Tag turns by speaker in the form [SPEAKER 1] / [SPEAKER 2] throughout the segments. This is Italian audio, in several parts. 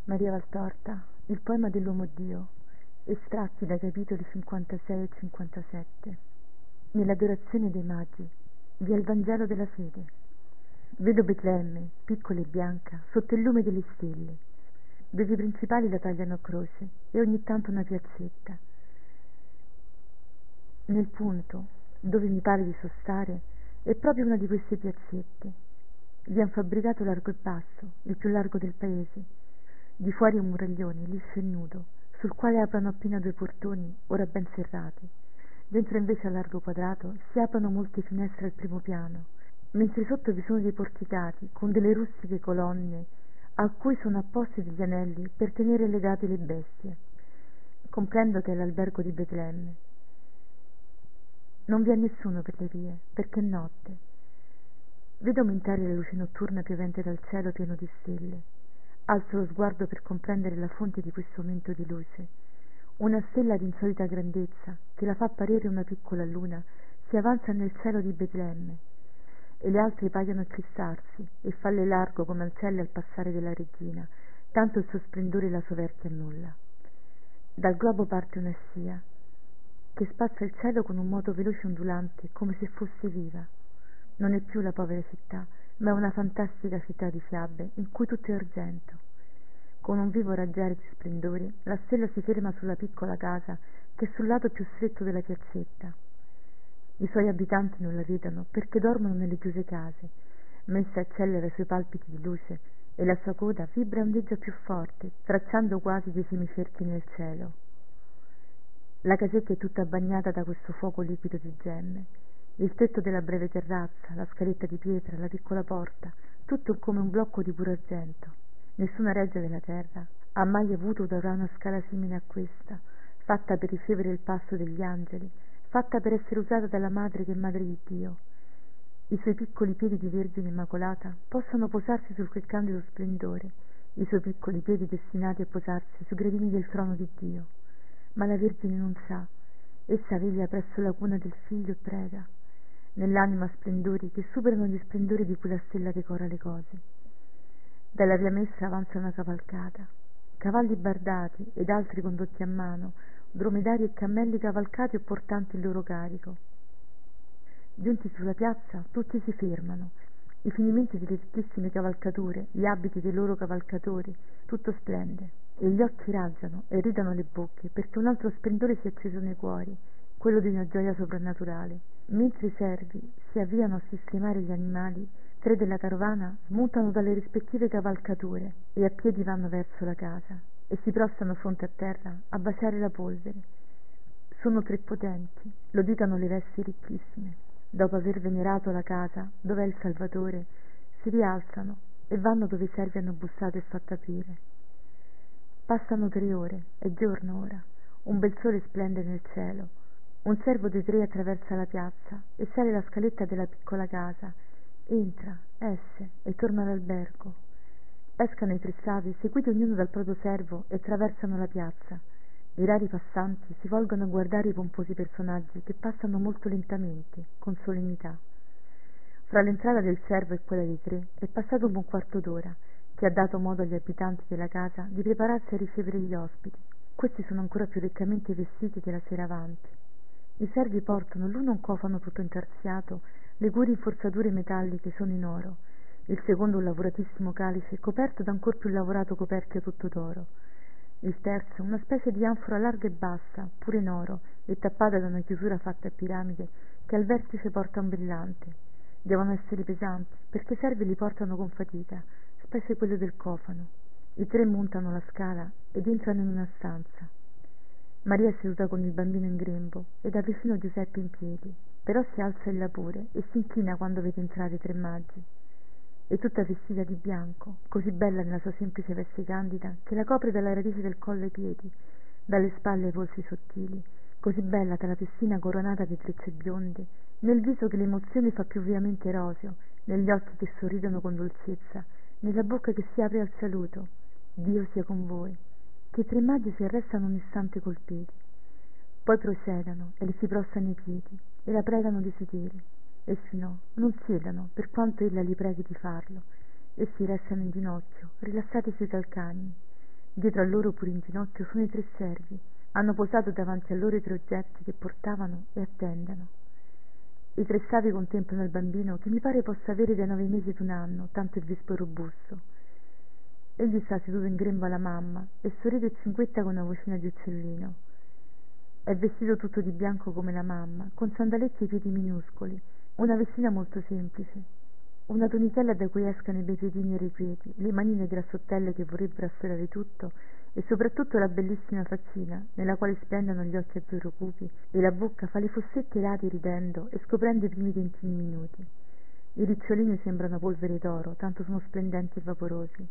[SPEAKER 1] Maria Valtorta, il poema dell'uomo Dio, estratti dai capitoli 56 e 57. Nell'adorazione dei magi vi è il Vangelo della fede. Vedo Betlemme, piccola e bianca, sotto il lume delle stelle. Due vie principali la tagliano a croce e ogni tanto una piazzetta. Nel punto dove mi pare di sostare è proprio una di queste piazzette. Vi han fabbricato largo e basso, il più largo del paese. Di fuori un muraglione liscio e nudo, sul quale aprono appena due portoni, ora ben serrati. Dentro invece al largo quadrato si aprono molte finestre al primo piano, mentre sotto vi sono dei porticati con delle rustiche colonne a cui sono apposti degli anelli per tenere legate le bestie. Comprendo che è l'albergo di Betlemme. Non vi è nessuno per le vie, perché è notte. Vedo aumentare la luce notturna piovente dal cielo pieno di stelle. Alzo lo sguardo per comprendere la fonte di questo aumento di luce. Una stella di insolita grandezza, che la fa apparire una piccola luna, si avanza nel cielo di Betlemme, e le altre paiono eclissarsi e falle largo come ancelle al passare della regina, tanto il suo splendore la soverchia annulla. Dal globo parte una scia, che spazza il cielo con un moto veloce e ondulante, come se fosse viva. Non è più la povera città, ma è una fantastica città di fiabe in cui tutto è argento. Con un vivo raggiare di splendore, la stella si ferma sulla piccola casa che è sul lato più stretto della piazzetta. I suoi abitanti non la vedono perché dormono nelle chiuse case, ma essa accelera i suoi palpiti di luce e la sua coda vibra e ondeggia più forte, tracciando quasi dei semicerchi nel cielo. La casetta è tutta bagnata da questo fuoco liquido di gemme. Il tetto della breve terrazza, la scaletta di pietra, la piccola porta, tutto come un blocco di puro argento. Nessuna reggia della terra ha mai avuto da ora una scala simile a questa, fatta per ricevere il passo degli angeli, fatta per essere usata dalla madre che è madre di Dio. I suoi piccoli piedi di Vergine Immacolata possono posarsi su quel candido splendore, i suoi piccoli piedi destinati a posarsi sui gradini del trono di Dio. Ma la Vergine non sa, essa veglia presso la cuna del figlio e prega, nell'anima splendori che superano gli splendori di quella stella decora le cose. Dalla via Mestra avanza una cavalcata, cavalli bardati ed altri condotti a mano, dromedari e cammelli cavalcati o portanti il loro carico. Giunti sulla piazza, tutti si fermano. I finimenti delle ricchissime cavalcature, gli abiti dei loro cavalcatori, tutto splende, e gli occhi raggiano e ridano le bocche, perché un altro splendore si è acceso nei cuori, quello di una gioia soprannaturale. Mentre i servi si avviano a sistemare gli animali, tre della carovana smontano dalle rispettive cavalcature e a piedi vanno verso la casa e si prostrano fronte a terra a baciare la polvere. Sono tre potenti, lo dicano le vesti ricchissime. Dopo aver venerato la casa dove è il Salvatore, si rialzano e vanno dove i servi hanno bussato e fatto aprire. Passano 3 ore, è giorno ora, un bel sole splende nel cielo. Un servo dei tre attraversa la piazza e sale la scaletta della piccola casa, entra, esce e torna all'albergo. Escano i tre savi, seguiti ognuno dal proprio servo, e attraversano la piazza. I rari passanti si volgono a guardare i pomposi personaggi che passano molto lentamente, con solennità. Fra l'entrata del servo e quella dei tre è passato un buon quarto d'ora, che ha dato modo agli abitanti della casa di prepararsi a ricevere gli ospiti. Questi sono ancora più riccamente vestiti della sera avanti. I servi portano l'uno un cofano tutto intarsiato, le cui rinforzature metalliche sono in oro, il secondo un lavoratissimo calice coperto da ancor più lavorato coperchio tutto d'oro, il terzo una specie di anfora larga e bassa, pure in oro, e tappata da una chiusura fatta a piramide che al vertice porta un brillante. Devono essere pesanti, perché i servi li portano con fatica, specie quello del cofano. I tre montano la scala ed entrano in una stanza. Maria è seduta con il bambino in grembo ed ha vicino Giuseppe in piedi, però si alza ella pure e si inchina quando vede entrare i tre magi. È tutta vestita di bianco, così bella nella sua semplice veste candida che la copre dalla radice del collo ai piedi, dalle spalle ai polsi sottili, così bella dalla testina coronata di trecce bionde, nel viso che l'emozione fa più vivamente roseo, negli occhi che sorridono con dolcezza, nella bocca che si apre al saluto. Dio sia con voi. Che i tre magi si arrestano un istante colpiti, poi procedono e le si prostrano ai piedi e la pregano di sedere. Essi no, non siedano, per quanto ella li preghi di farlo. Essi restano in ginocchio, rilassati sui calcagni. Dietro a loro pure in ginocchio sono i 3 servi. Hanno posato davanti a loro i 3 oggetti che portavano e attendono. I 3 savi contemplano il bambino, che mi pare possa avere dai 9 mesi ad 1 anno, tanto il viso è robusto. Egli sta seduto in grembo alla mamma e sorride e cinguetta con una vocina di uccellino. È vestito tutto di bianco come la mamma, con sandaletti ai piedi minuscoli, una vestina molto semplice, una tunichella da cui escano i bei piedini irrequieti, le manine grassottelle che vorrebbero afferrare tutto e soprattutto la bellissima faccina nella quale splendono gli occhi azzurro cupi e la bocca fa le fossette lati ridendo e scoprendo i primi dentini minuti. I ricciolini sembrano polvere d'oro, tanto sono splendenti e vaporosi.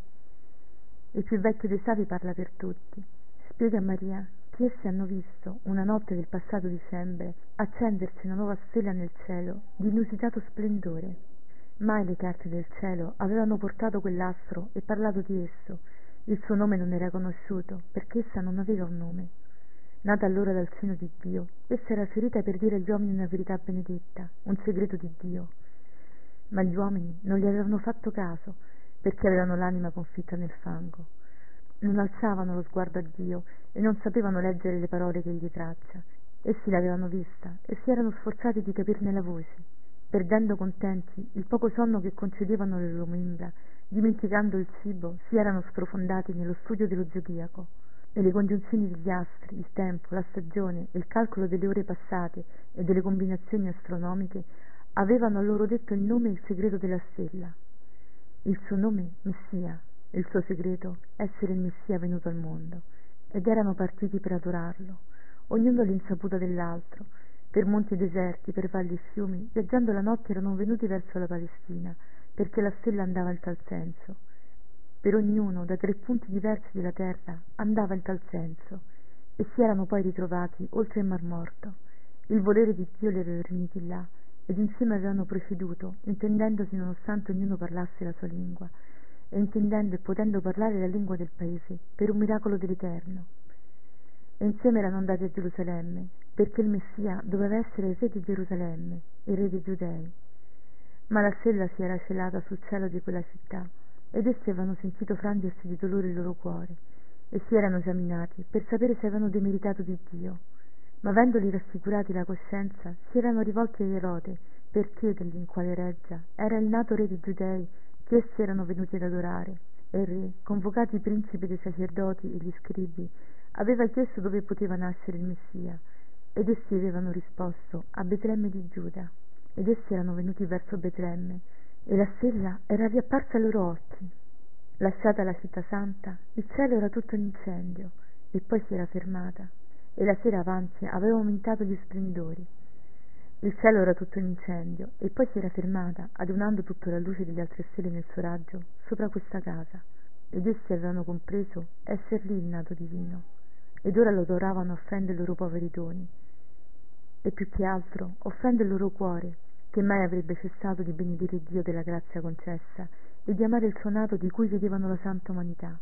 [SPEAKER 1] Il più vecchio dei savi parla per tutti. Spiega a Maria che essi hanno visto, una notte del passato dicembre, accendersi una nuova stella nel cielo di inusitato splendore. Mai le carte del cielo avevano portato quell'astro e parlato di esso. Il suo nome non era conosciuto, perché essa non aveva un nome. Nata allora dal seno di Dio, essa era ferita per dire agli uomini una verità benedetta, un segreto di Dio. Ma gli uomini non gli avevano fatto caso, perché avevano l'anima confitta nel fango. Non alzavano lo sguardo a Dio e non sapevano leggere le parole che egli traccia. Essi l'avevano vista e si erano sforzati di capirne la voce, perdendo contenti il poco sonno che concedevano le loro membra, dimenticando il cibo, si erano sprofondati nello studio dello zodiaco e le congiunzioni degli astri, il tempo, la stagione e il calcolo delle ore passate e delle combinazioni astronomiche avevano a loro detto il nome e il segreto della stella. Il suo nome Messia, e il suo segreto essere il Messia venuto al mondo, ed erano partiti per adorarlo, ognuno all'insaputa dell'altro, per monti e deserti, per valli e fiumi, viaggiando la notte erano venuti verso la Palestina, perché la stella andava in tal senso. Per ognuno, da 3 punti diversi della terra, andava in tal senso, e si erano poi ritrovati oltre il Mar Morto. Il volere di Dio li aveva riuniti là, ed insieme avevano proceduto, intendendosi nonostante ognuno parlasse la sua lingua, e intendendo e potendo parlare la lingua del paese, per un miracolo dell'Eterno. E insieme erano andati a Gerusalemme, perché il Messia doveva essere il re di Gerusalemme, il re dei Giudei. Ma la stella si era celata sul cielo di quella città, ed essi avevano sentito frangersi di dolore il loro cuore, e si erano esaminati per sapere se avevano demeritato di Dio. Ma avendoli rassicurati la coscienza, si erano rivolti a Erode per chiedergli in quale reggia era il nato re dei Giudei che essi erano venuti ad adorare. E il re, convocati i principi dei sacerdoti e gli scribi, aveva chiesto dove poteva nascere il Messia, ed essi avevano risposto: a Betlemme di Giuda. Ed essi erano venuti verso Betlemme, e la stella era riapparsa ai loro occhi. Lasciata la città santa, il cielo era tutto in incendio, e poi si era fermata, e la sera avanti aveva aumentato gli splendori. Il cielo era tutto in incendio, e poi si era fermata, adunando tutta la luce delle altre stelle nel suo raggio, sopra questa casa, ed essi avevano compreso esser lì il nato divino, ed ora lo adoravano offrendo i loro poveri doni, e più che altro offrendo il loro cuore, che mai avrebbe cessato di benedire Dio della grazia concessa e di amare il suo nato di cui vedevano la santa umanità.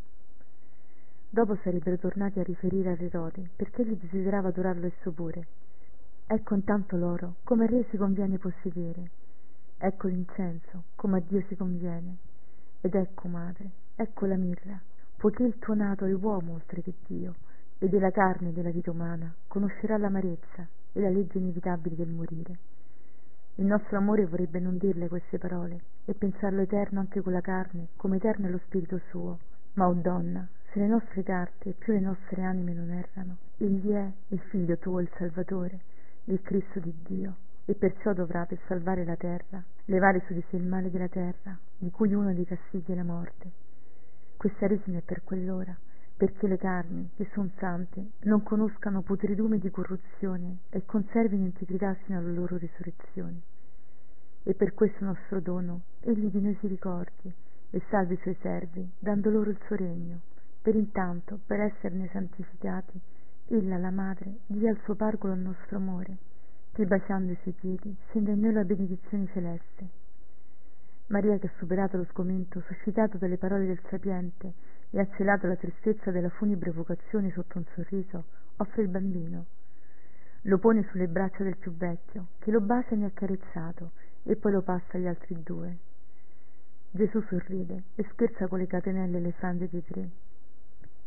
[SPEAKER 1] Dopo sarebbero tornati a riferire a Erode, perché egli desiderava adorarlo esso pure. Ecco intanto l'oro, come al re si conviene possedere, ecco l'incenso, come a Dio si conviene, ed ecco, madre, ecco la mirra, poiché il tuo nato è uomo oltre che Dio, e della carne e della vita umana conoscerà l'amarezza e la legge inevitabile del morire. Il nostro amore vorrebbe non dirle queste parole e pensarlo eterno anche con la carne, come eterno è lo spirito suo. Ma, oh donna, se le nostre carte e più le nostre anime non errano, egli è il figlio tuo, il Salvatore, il Cristo di Dio, e perciò dovrà, per salvare la terra, levare su di sé il male della terra, di cui uno dei castighi è la morte. Questa resina è per quell'ora, perché le carni, che son sante, non conoscano putredume di corruzione e conservino integrità sino alla loro risurrezione. E per questo nostro dono egli di noi si ricordi e salvi i suoi servi, dando loro il suo regno. Per intanto, per esserne santificati, ella, la madre, dia al suo pargolo il nostro amore, che baciando i suoi piedi senda in noi la benedizione celeste. Maria, che ha superato lo sgomento suscitato dalle parole del sapiente e ha celato la tristezza della funebre vocazione sotto un sorriso, offre il bambino. Lo pone sulle braccia del più vecchio, che lo bacia e ne è accarezzato, e poi lo passa agli altri 2. Gesù sorride e scherza con le catenelle e le frange dei 3.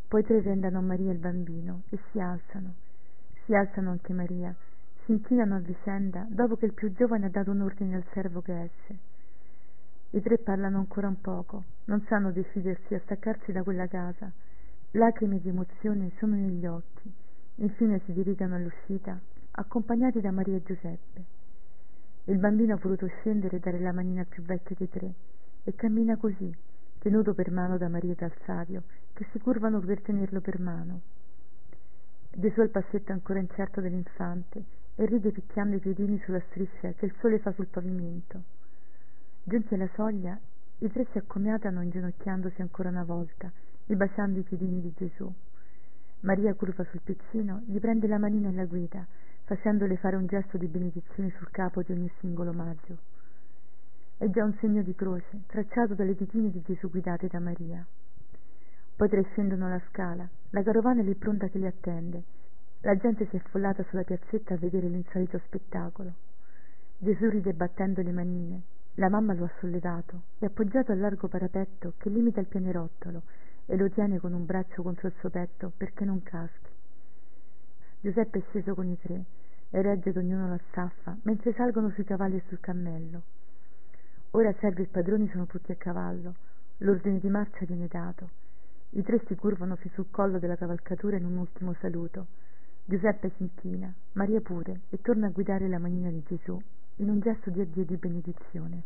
[SPEAKER 1] Poi tre rendono a Maria il bambino e si alzano anche Maria, si inchinano a vicenda dopo che il più giovane ha dato un ordine al servo che esce. I tre parlano ancora un poco, non sanno decidersi a staccarsi da quella casa. Lacrime di emozione sono negli occhi. Infine si dirigano all'uscita, accompagnati da Maria e Giuseppe. Il bambino ha voluto scendere e dare la manina al più vecchio dei tre, e cammina così, tenuto per mano da Maria e dal Savio, che si curvano per tenerlo per mano. Gesù al passetto ancora incerto dell'infante e ride picchiando i piedini sulla striscia che il sole fa sul pavimento. Giunti alla soglia, i tre si accomiatano inginocchiandosi ancora una volta e baciando i piedini di Gesù. Maria, curva sul piccino, gli prende la manina e la guida, facendole fare un gesto di benedizione sul capo di ogni singolo omaggio. È già un segno di croce, tracciato dalle ditine di Gesù guidate da Maria. Poi tre scendono la scala, la carovana è lì pronta che li attende. La gente si è affollata sulla piazzetta a vedere l'insolito spettacolo. Gesù ride battendo le manine. La mamma lo ha sollevato, è appoggiato al largo parapetto che limita il pianerottolo e lo tiene con un braccio contro il suo petto perché non caschi. Giuseppe è sceso con i tre e regge ad ognuno la staffa mentre salgono sui cavalli e sul cammello. Ora servi e padroni sono tutti a cavallo, l'ordine di marcia viene dato. I tre si curvano sul collo della cavalcatura in un ultimo saluto. Giuseppe si inchina, Maria pure, e torna a guidare la manina di Gesù in un gesto di addio e di benedizione.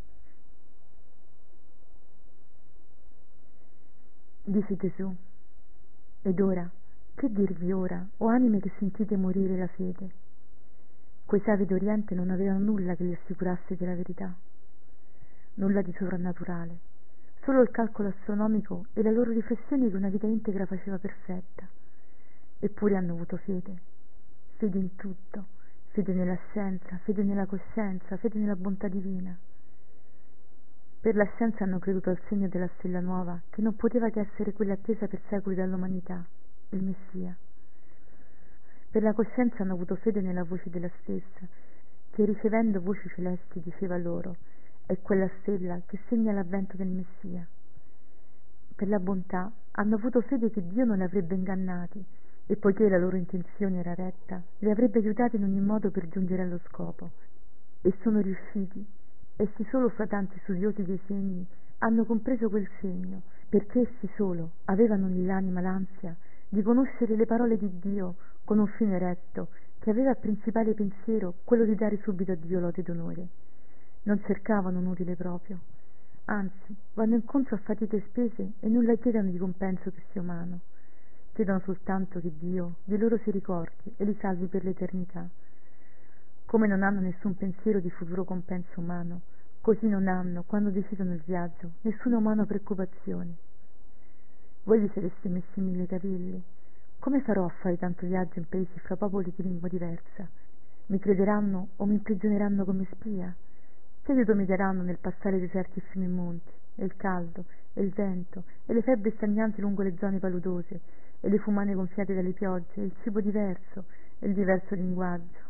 [SPEAKER 1] Dice Gesù: ed ora, che dirvi ora, o anime che sentite morire la fede? Quei savi d'Oriente non avevano nulla che li assicurasse della verità, nulla di sovrannaturale, solo il calcolo astronomico e la loro riflessione che una vita integra faceva perfetta. Eppure hanno avuto fede, fede in tutto, fede nella scienza, fede nella coscienza, fede nella bontà divina. Per la scienza hanno creduto al segno della stella nuova, che non poteva che essere quella attesa per secoli dall'umanità, il Messia. Per la coscienza hanno avuto fede nella voce della stessa, che ricevendo voci celesti diceva loro: è quella stella che segna l'avvento del Messia. Per la bontà hanno avuto fede che Dio non li avrebbe ingannati, e poiché la loro intenzione era retta, li avrebbe aiutati in ogni modo per giungere allo scopo. E sono riusciti. Essi solo fra tanti studiosi dei segni hanno compreso quel segno, perché essi solo avevano nell'anima l'ansia di conoscere le parole di Dio con un fine retto, che aveva a principale pensiero quello di dare subito a Dio lode ed onore. Non cercavano un utile proprio, anzi vanno incontro a fatiche e spese e nulla chiedono di compenso che sia umano. Chiedono soltanto che Dio di loro si ricordi e li salvi per l'eternità. Come non hanno nessun pensiero di futuro compenso umano, così non hanno, quando decidono il viaggio, nessuna umana preoccupazione. Voi vi sareste messi 1000 cavilli. Come farò a fare tanto viaggio in paesi fra popoli di lingua diversa? Mi crederanno o mi imprigioneranno come spia? Che aiuto mi daranno nel passare deserti e fiumi e monti, e il caldo, e il vento, e le febbri stagnanti lungo le zone paludose, e le fumane gonfiate dalle piogge, e il cibo diverso, e il diverso linguaggio?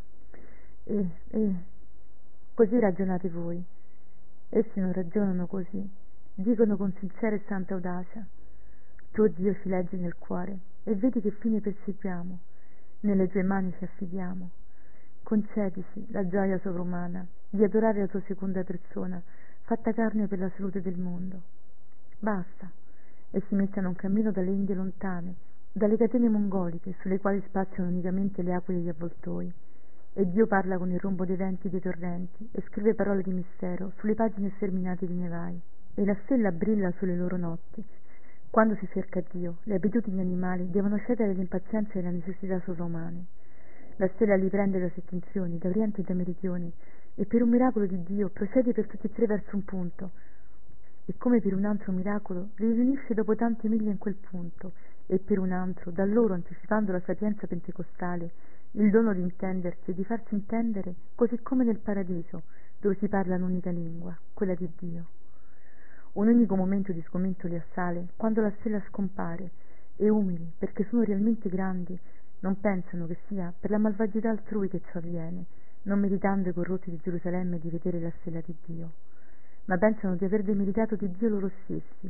[SPEAKER 1] Così ragionate voi. Essi non ragionano così, dicono con sincera e santa audacia: tu, Dio, ci leggi nel cuore e vedi che fine perseguiamo, nelle tue mani ci affidiamo. Concedici la gioia sovrumana di adorare la tua seconda persona, fatta carne per la salute del mondo. Basta. E si mettono un cammino dalle Indie lontane, dalle catene mongoliche sulle quali spaziano unicamente le aquile e gli avvoltoi. E Dio parla con il rombo dei venti e dei torrenti e scrive parole di mistero sulle pagine sterminate di nevai. E la stella brilla sulle loro notti. Quando si cerca Dio, le abitudini animali devono cedere all'impazienza e alle necessità sovraumane. La stella li prende da settentrioni, da oriente e da meridione, e per un miracolo di Dio procede per tutti e tre verso un punto, e come per un altro miracolo li riunisce dopo tante miglia in quel punto, e per un altro, da loro anticipando la sapienza pentecostale, il dono di intendersi e di farsi intendere, così come nel paradiso, dove si parla un'unica lingua, quella di Dio. Un unico momento di sgomento li assale quando la stella scompare, e umili, perché sono realmente grandi, non pensano che sia per la malvagità altrui che ciò avviene, non meritando i corrotti di Gerusalemme di vedere la stella di Dio, ma pensano di aver demeritato di Dio loro stessi,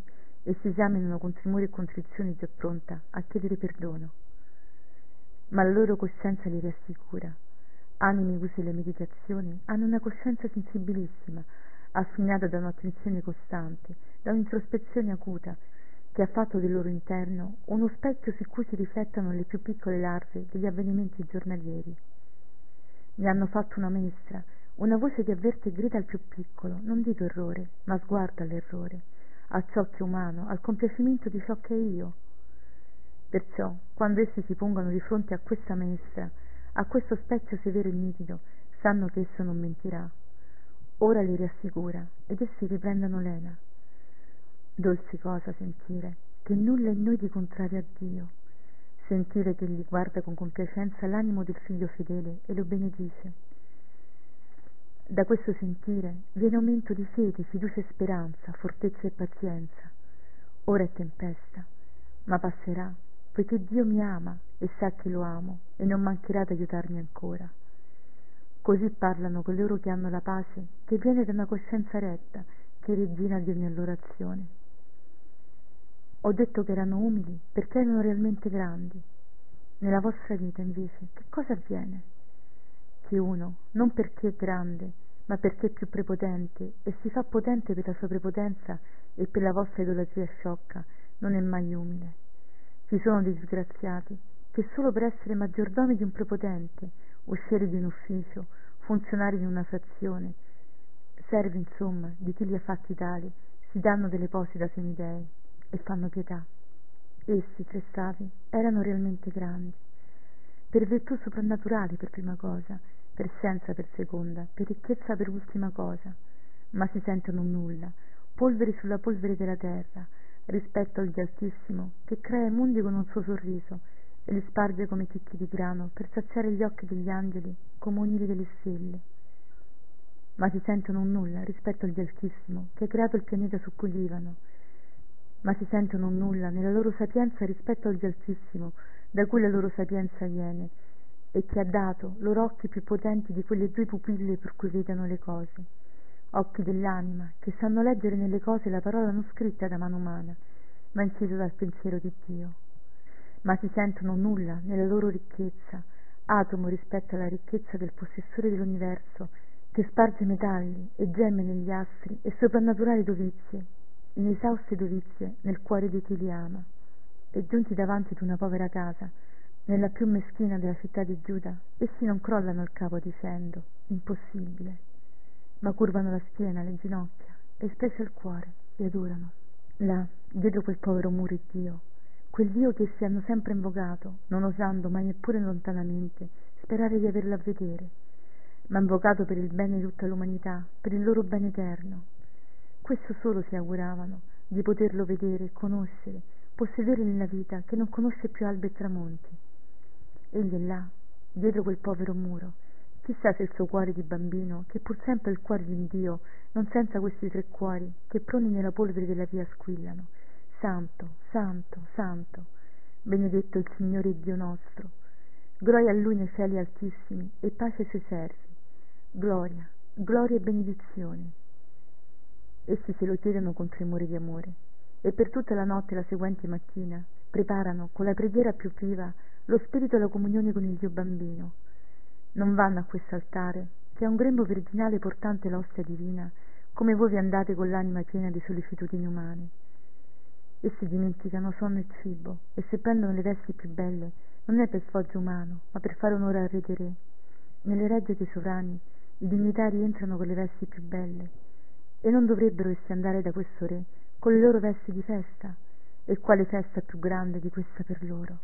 [SPEAKER 1] e si esaminano con timore e contrizione già pronta a chiedere perdono. Ma la loro coscienza li rassicura. Anime usi alla meditazione hanno una coscienza sensibilissima, affinata da un'attenzione costante, da un'introspezione acuta, che ha fatto del loro interno uno specchio su cui si riflettono le più piccole larve degli avvenimenti giornalieri. Mi hanno fatto una maestra, una voce che avverte e grida al più piccolo: non dico errore, ma sguarda l'errore, a ciò che è umano, al compiacimento di ciò che è io. Perciò, quando essi si pongono di fronte a questa maestra, a questo specchio severo e nitido, sanno che esso non mentirà. Ora li rassicura ed essi riprendono lena. Dolce cosa sentire che nulla in noi di contrario a Dio, sentire che egli guarda con compiacenza l'animo del figlio fedele e lo benedice. Da questo sentire viene aumento di fede, fiducia e speranza, fortezza e pazienza. Ora è tempesta, ma passerà, poiché Dio mi ama e sa che lo amo e non mancherà ad aiutarmi ancora. Così parlano coloro che hanno la pace che viene da una coscienza retta, che è regina di ogni loro azione. Ho detto che erano umili perché erano realmente grandi. Nella vostra vita invece che cosa avviene? Che uno, non perché è grande, ma perché è più prepotente e si fa potente per la sua prepotenza e per la vostra idolatria sciocca, non è mai umile. Ci sono dei disgraziati che solo per essere maggiordomi di un prepotente, uscieri di un ufficio, funzionari di una frazione, servi insomma di chi li ha fatti tali, si danno delle pose da semidei e fanno pietà. Essi, tre savi, erano realmente grandi, per virtù soprannaturali per prima cosa, per scienza per seconda, per ricchezza per ultima cosa, ma si sentono nulla, polveri sulla polvere della terra, rispetto agli Altissimo, che crea i mondi con un suo sorriso e li sparge come chicchi di grano per saziare gli occhi degli angeli come unili delle stelle. Ma si sentono un nulla rispetto agli Altissimo, che ha creato il pianeta su cui vivono, ma si sentono un nulla nella loro sapienza rispetto agli Altissimo, da cui la loro sapienza viene, e che ha dato loro occhi più potenti di quelle due pupille per cui vedono le cose, occhi dell'anima, che sanno leggere nelle cose la parola non scritta da mano umana, ma incisa dal pensiero di Dio. Ma si sentono nulla nella loro ricchezza, atomo rispetto alla ricchezza del possessore dell'universo, che sparge metalli e gemme negli astri e soprannaturali dovizie, inesauste dovizie nel cuore di chi li ama. E giunti davanti ad una povera casa, nella più meschina della città di Giuda, essi non crollano il capo dicendo impossibile, ma curvano la schiena, le ginocchia e specie il cuore e adorano. Là, dietro quel povero muro, è Dio, quel Dio che essi hanno sempre invocato, non osando mai neppure lontanamente sperare di averlo a vedere, ma invocato per il bene di tutta l'umanità, per il loro bene eterno. Questo solo si auguravano, di poterlo vedere, conoscere, possedere nella vita che non conosce più albi e tramonti. Egli è là, dietro quel povero muro. Chissà se il suo cuore di bambino, che pur sempre è il cuore di un Dio, non senza questi tre cuori, che proni nella polvere della via squillano: Santo, Santo, Santo, benedetto il Signore Dio nostro. Gloria a Lui nei cieli altissimi e pace ai Suoi servi. Gloria, gloria e benedizione. Essi se lo chiedono con tremore di amore, e per tutta la notte la seguente mattina preparano con la preghiera più viva lo spirito e la comunione con il Dio bambino. Non vanno a quest'altare, che è un grembo virginale portante l'ostia divina, come voi vi andate con l'anima piena di sollecitudini umane. Essi dimenticano sonno e cibo, e se prendono le vesti più belle, non è per sfoggio umano, ma per fare onore al re dei re. Nelle regge dei sovrani, i dignitari entrano con le vesti più belle, e non dovrebbero essi andare da questo re con le loro vesti di festa? E quale festa più grande di questa per loro?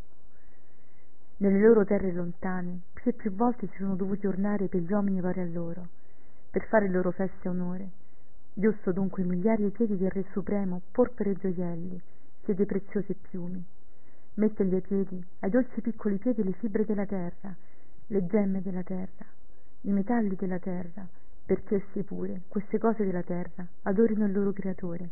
[SPEAKER 1] Nelle loro terre lontane, più e più volte si sono dovuti ornare per gli uomini pari a loro, per fare le loro feste e onore. Giusto dunque umiliare i piedi del Re Supremo, porpere e gioielli, siede preziosi e piumi. Mettergli ai piedi, ai dolci piccoli piedi, le fibre della terra, le gemme della terra, i metalli della terra, perché essi pure, queste cose della terra, adorino il loro creatore.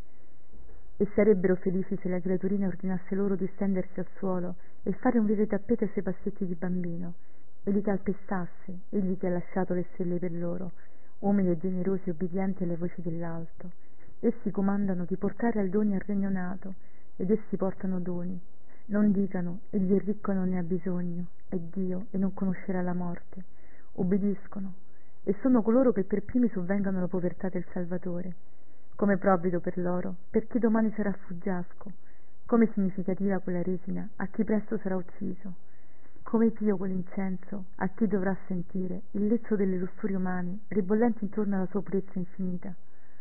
[SPEAKER 1] E sarebbero felici se la creaturina ordinasse loro di stendersi al suolo e fare un vile tappeto ai suoi passetti di bambino, e li calpestasse, egli che ha lasciato le stelle per loro, umili e generosi e obbedienti alle voci dell'alto, Essi comandano di portare al doni al regno nato, ed essi portano doni. Non dicano, egli è ricco e non ne ha bisogno, è Dio e non conoscerà la morte. Obbediscono, e sono coloro che per primi sovvengano alla povertà del Salvatore. Come provvido per loro, per chi domani sarà fuggiasco, come significativa quella resina a chi presto sarà ucciso, come pio quell'incenso a chi dovrà sentire il lezzo delle lussurie umane ribollenti intorno alla sua purezza infinita.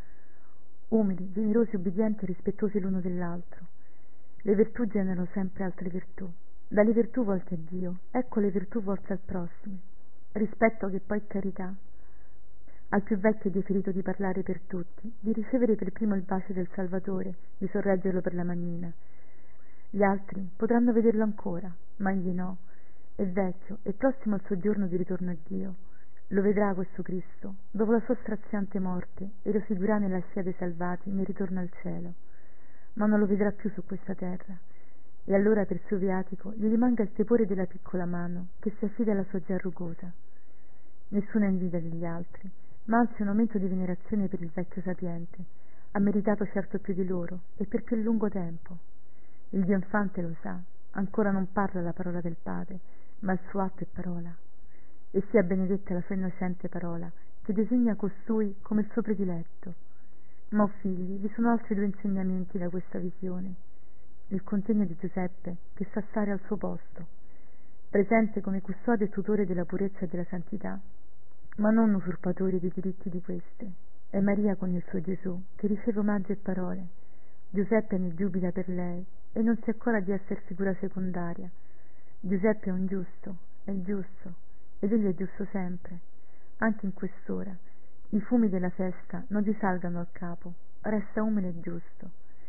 [SPEAKER 1] Umili, generosi, obbedienti e rispettosi l'uno dell'altro. Le virtù generano sempre altre virtù. Dalle virtù volte a Dio, ecco le virtù volte al prossimo. Rispetto che poi è carità. Al più vecchio Dio ferito di parlare per tutti, di ricevere per primo il bacio del Salvatore, di sorreggerlo per la manina. Gli altri potranno vederlo ancora, ma egli no. È vecchio e prossimo al suo giorno di ritorno a Dio. Lo vedrà questo Cristo, dopo la sua straziante morte, e lo seguirà nella scia dei salvati nel ritorno al cielo. Ma non lo vedrà più su questa terra. E allora per suo viatico gli rimanga il tepore della piccola mano che si affida alla sua già rugosa. Nessuna invidia degli altri, ma anzi un aumento di venerazione per il vecchio sapiente. Ha meritato certo più di loro e per più lungo tempo. Il Dio infante lo sa, ancora non parla la parola del Padre, ma il suo atto è parola. E sia benedetta la sua innocente parola, che designa costui come il suo prediletto. Ma, o figli, vi sono altri due insegnamenti da questa visione. Il contegno di Giuseppe, che sa stare al suo posto, presente come custode e tutore della purezza e della santità, ma non usurpatore dei diritti di queste. È Maria con il suo Gesù, che riceve omaggio e parole. Giuseppe ne giubila per lei, e non si accorge di essere figura secondaria. Giuseppe è un giusto, è giusto, ed egli è giusto sempre, anche in quest'ora. I fumi della festa non gli salgano al capo, resta umile e giusto.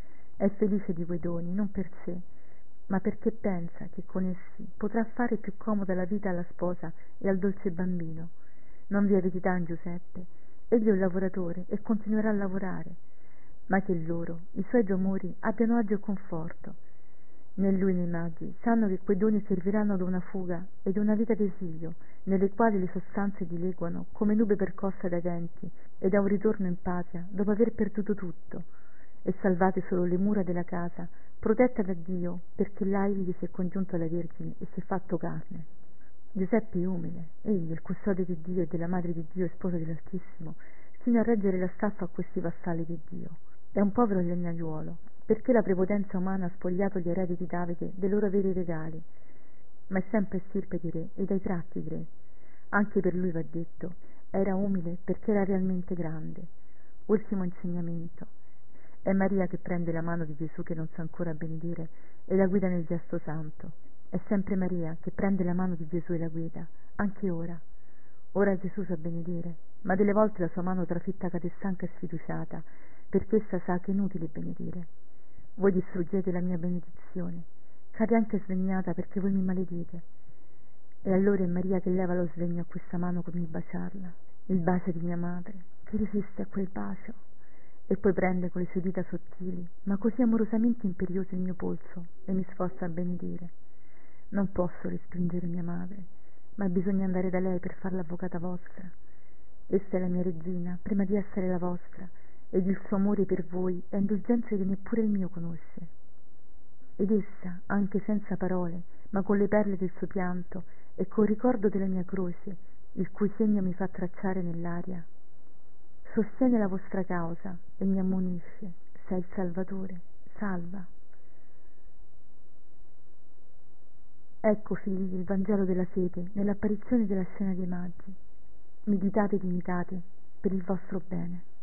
[SPEAKER 1] È felice di quei doni, non per sé, ma perché pensa che con essi potrà fare più comoda la vita alla sposa e al dolce bambino. Non vi è avidità in Giuseppe, egli è un lavoratore e continuerà a lavorare, ma che loro, i suoi due amori, abbiano agio e conforto. Né lui né i magi sanno che quei doni serviranno ad una fuga ed una vita d'esilio, nelle quali le sostanze dileguano come nube percossa dai venti, ed a un ritorno in patria dopo aver perduto tutto, e salvate solo le mura della casa, protetta da Dio, perché là egli si è congiunto alla Vergine e si è fatto carne. Giuseppe è umile, egli, il custode di Dio e della Madre di Dio e sposo dell'Altissimo, fino a reggere la staffa a questi vassalli di Dio. È un povero legnaiuolo, perché la prepotenza umana ha spogliato gli eredi di Davide dei loro veri regali, ma è sempre stirpe di re e dai tratti di re. Anche per lui va detto, era umile perché era realmente grande. Ultimo insegnamento. È Maria che prende la mano di Gesù che non sa ancora benedire e la guida nel gesto santo. È sempre Maria che prende la mano di Gesù e la guida, anche ora. Ora Gesù sa benedire, ma delle volte la sua mano trafitta cade stanca e sfiduciata, perché essa sa che è inutile benedire. Voi distruggete la mia benedizione, cade anche svegnata perché voi mi maledite. E allora è Maria che leva lo sdegno a questa mano con il baciarla, il bacio di mia madre, che resiste a quel bacio, e poi prende con le sue dita sottili, ma così amorosamente imperiose il mio polso e mi sforza a benedire. Non posso respingere mia madre, ma bisogna andare da lei per far l'avvocata vostra. Essa è la mia regina, prima di essere la vostra, ed il suo amore per voi è indulgenza che neppure il mio conosce. Ed essa, anche senza parole, ma con le perle del suo pianto e col ricordo della mia croce, il cui segno mi fa tracciare nell'aria, sostiene la vostra causa e mi ammonisce: sei il Salvatore, salva. Ecco, figli, il Vangelo della fede nell'apparizione della scena dei magi. Meditate ed imitate per il vostro bene.